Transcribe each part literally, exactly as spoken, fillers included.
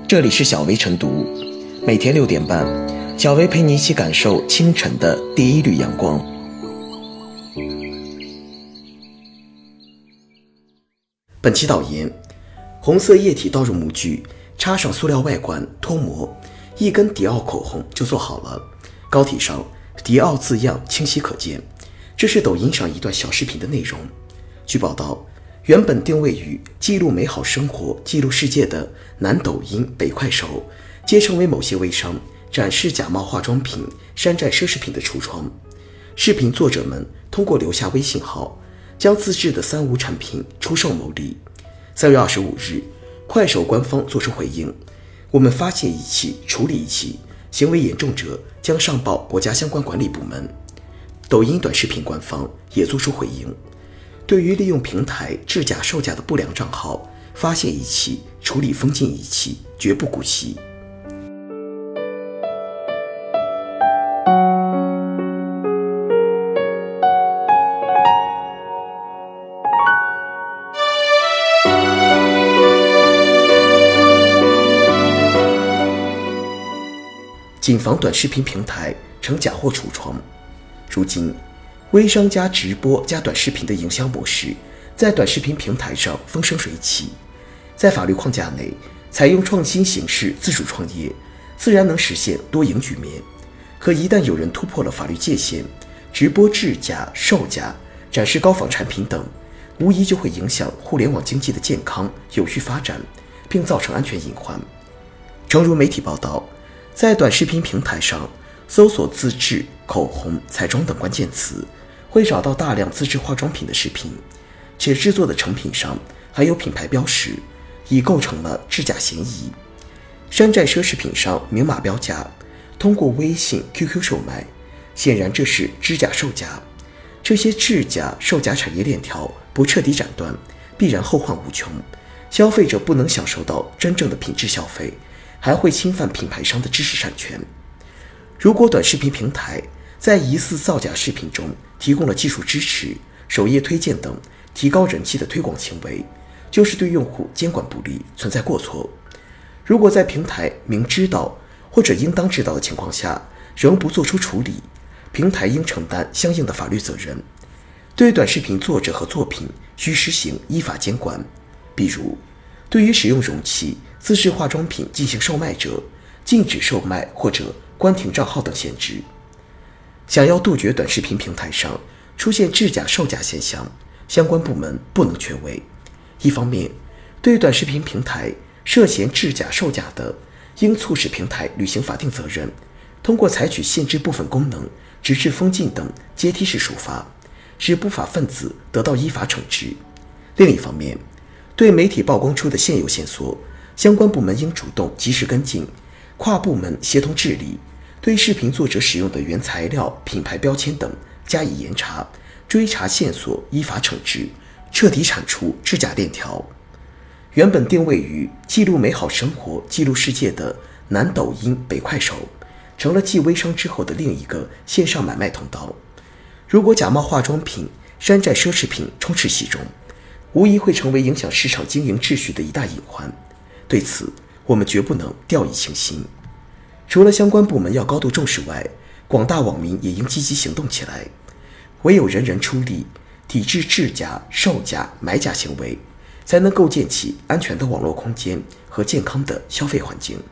这里是小薇晨读，每天六点半，小薇陪你一起感受清晨的第一缕阳光。本期导言：红色液体倒入模具，插上塑料外观，脱模，一根迪奥口红就做好了。膏体上迪奥字样清晰可见。这是抖音上一段小视频的内容。据报道，原本定位于记录美好生活、记录世界的南抖音、北快手，皆成为某些微商展示假冒化妆品、山寨奢侈品的橱窗。视频作者们通过留下微信号，将自制的三无产品出售牟利。三月二十五日，快手官方作出回应：我们发现一起，处理一起，行为严重者将上报国家相关管理部门。抖音短视频官方也作出回应，对于利用平台制假售假的不良账号，发现一起，处理封禁一起，绝不姑息。谨防短视频平台成假货橱窗。如今，微商加直播加短视频的营销模式在短视频平台上风生水起。在法律框架内，采用创新形式自主创业，自然能实现多赢局面。可一旦有人突破了法律界限，直播制假、售假、展示高仿产品等，无疑就会影响互联网经济的健康有序发展，并造成安全隐患。诚如媒体报道，在短视频平台上搜索自制口红、彩妆等关键词，会找到大量自制化妆品的视频，且制作的成品上还有品牌标识，已构成了制假嫌疑。山寨奢侈品上明码标价，通过微信、Q Q 售卖，显然这是知假售假。这些制假售假产业链条不彻底斩断，必然后患无穷，消费者不能享受到真正的品质消费，还会侵犯品牌商的知识产权。如果短视频平台在疑似造假视频中提供了技术支持、首页推荐等提高人气的推广行为，就是对用户监管不力，存在过错。如果在平台明知道或者应当知道的情况下仍不做出处理，平台应承担相应的法律责任。对短视频作者和作品需实行依法监管，比如对于使用容器、自制化妆品进行售卖者，禁止售卖或者关停账号等限制。想要杜绝短视频平台上出现制假售假现象，相关部门不能缺位。一方面，对短视频平台涉嫌制假售假的，应促使平台履行法定责任，通过采取限制部分功能、直至封禁等阶梯式处罚，使不法分子得到依法惩治。另一方面，对媒体曝光出的现有线索，相关部门应主动及时跟进，跨部门协同治理，对视频作者使用的原材料、品牌标签等加以严查，追查线索，依法惩治，彻底铲除制假链条。原本定位于记录美好生活、记录世界的南抖音、北快手，成了继微商之后的另一个线上买卖通道。如果假冒化妆品、山寨奢侈品充斥其中，无疑会成为影响市场经营秩序的一大隐患。对此，我们绝不能掉以轻心。除了相关部门要高度重视外，广大网民也应积极行动起来。唯有人人出力，抵制制假、售假、买假行为，才能构建起安全的网络空间和健康的消费环境。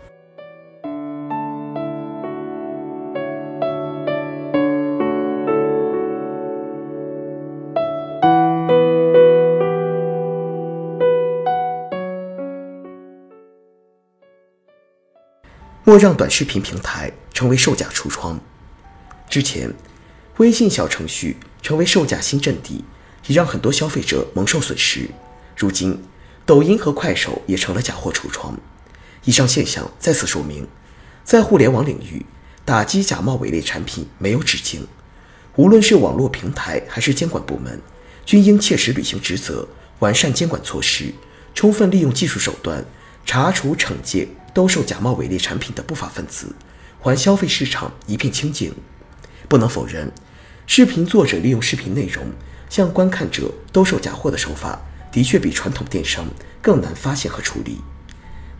莫让短视频平台成为售假橱窗。之前，微信小程序成为售假新阵地，也让很多消费者蒙受损失。如今，抖音和快手也成了假货橱窗。以上现象再次说明，在互联网领域，打击假冒伪劣产品没有止境。无论是网络平台还是监管部门，均应切实履行职责，完善监管措施，充分利用技术手段，查处惩戒兜售假冒伪劣产品的不法分子，还消费市场一片清净。不能否认，视频作者利用视频内容向观看者兜售假货的手法，的确比传统电商更难发现和处理。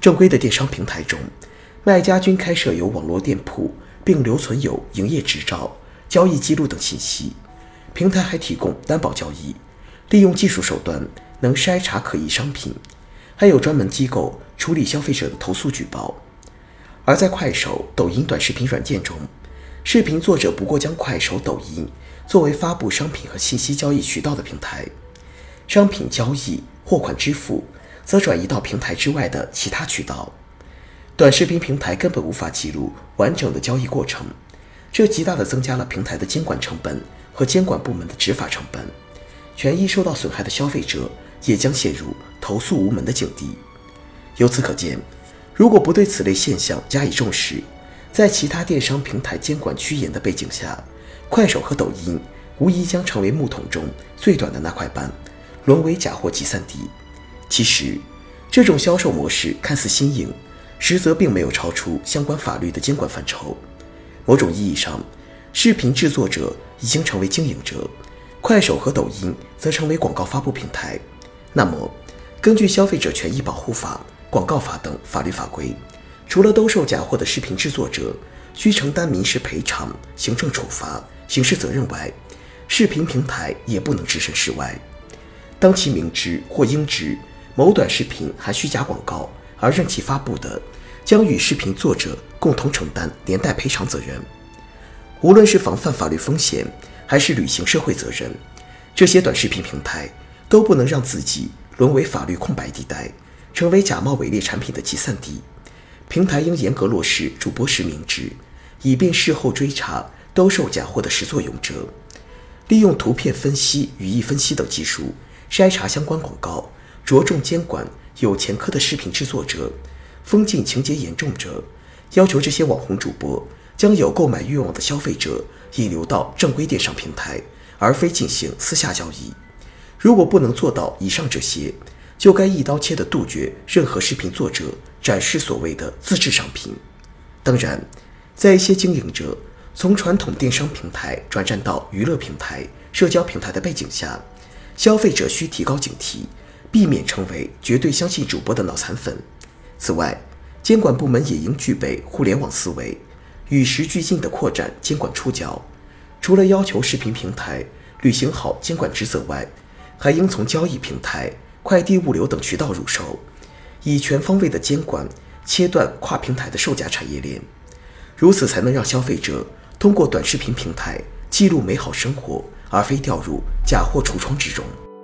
正规的电商平台中，卖家均开设有网络店铺，并留存有营业执照、交易记录等信息。平台还提供担保交易，利用技术手段能筛查可疑商品，还有专门机构处理消费者的投诉举报。而在快手、抖音短视频软件中，视频作者不过将快手、抖音作为发布商品和信息交易渠道的平台，商品交易、货款支付则转移到平台之外的其他渠道。短视频平台根本无法记录完整的交易过程，这极大地增加了平台的监管成本和监管部门的执法成本，权益受到损害的消费者也将陷入投诉无门的境地。由此可见，如果不对此类现象加以重视，在其他电商平台监管趋严的背景下，快手和抖音无疑将成为木桶中最短的那块板，沦为假货集散地。其实，这种销售模式看似新颖，实则并没有超出相关法律的监管范畴。某种意义上，视频制作者已经成为经营者，快手和抖音则成为广告发布平台。那么，根据消费者权益保护法、广告法等法律法规，除了兜售假货的视频制作者需承担民事赔偿、行政处罚、刑事责任外，视频平台也不能置身事外。当其明知或应知某短视频含虚假广告而任其发布的，将与视频作者共同承担连带赔偿责任。无论是防范法律风险，还是履行社会责任，这些短视频平台都不能让自己沦为法律空白地带，成为假冒伪劣产品的集散地。平台应严格落实主播实名制，以便事后追查兜售假货的始作俑者，利用图片分析、语义分析等技术筛查相关广告，着重监管有前科的视频制作者，封禁情节严重者，要求这些网红主播将有购买欲望的消费者引流到正规电商平台，而非进行私下交易。如果不能做到以上这些，就该一刀切地杜绝任何视频作者展示所谓的自制商品。当然，在一些经营者从传统电商平台转战到娱乐平台、社交平台的背景下，消费者需提高警惕，避免成为绝对相信主播的脑残粉。此外，监管部门也应具备互联网思维，与时俱进地扩展监管触角。除了要求视频平台履行好监管职责外，还应从交易平台、快递物流等渠道入手，以全方位的监管切断跨平台的售假产业链，如此才能让消费者通过短视频平台记录美好生活，而非掉入假货橱窗之中。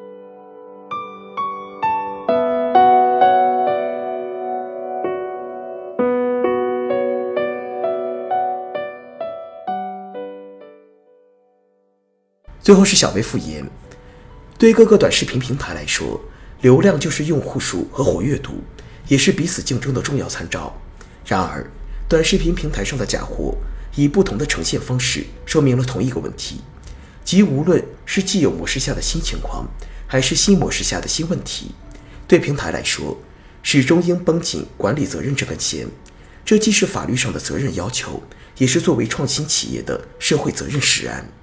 最后是小微复言，对各个短视频平台来说，流量就是用户数和活跃度，也是彼此竞争的重要参照。然而，短视频平台上的假货以不同的呈现方式说明了同一个问题，即无论是既有模式下的新情况，还是新模式下的新问题，对平台来说，始终应绷紧管理责任这根弦。这既是法律上的责任要求，也是作为创新企业的社会责任使然。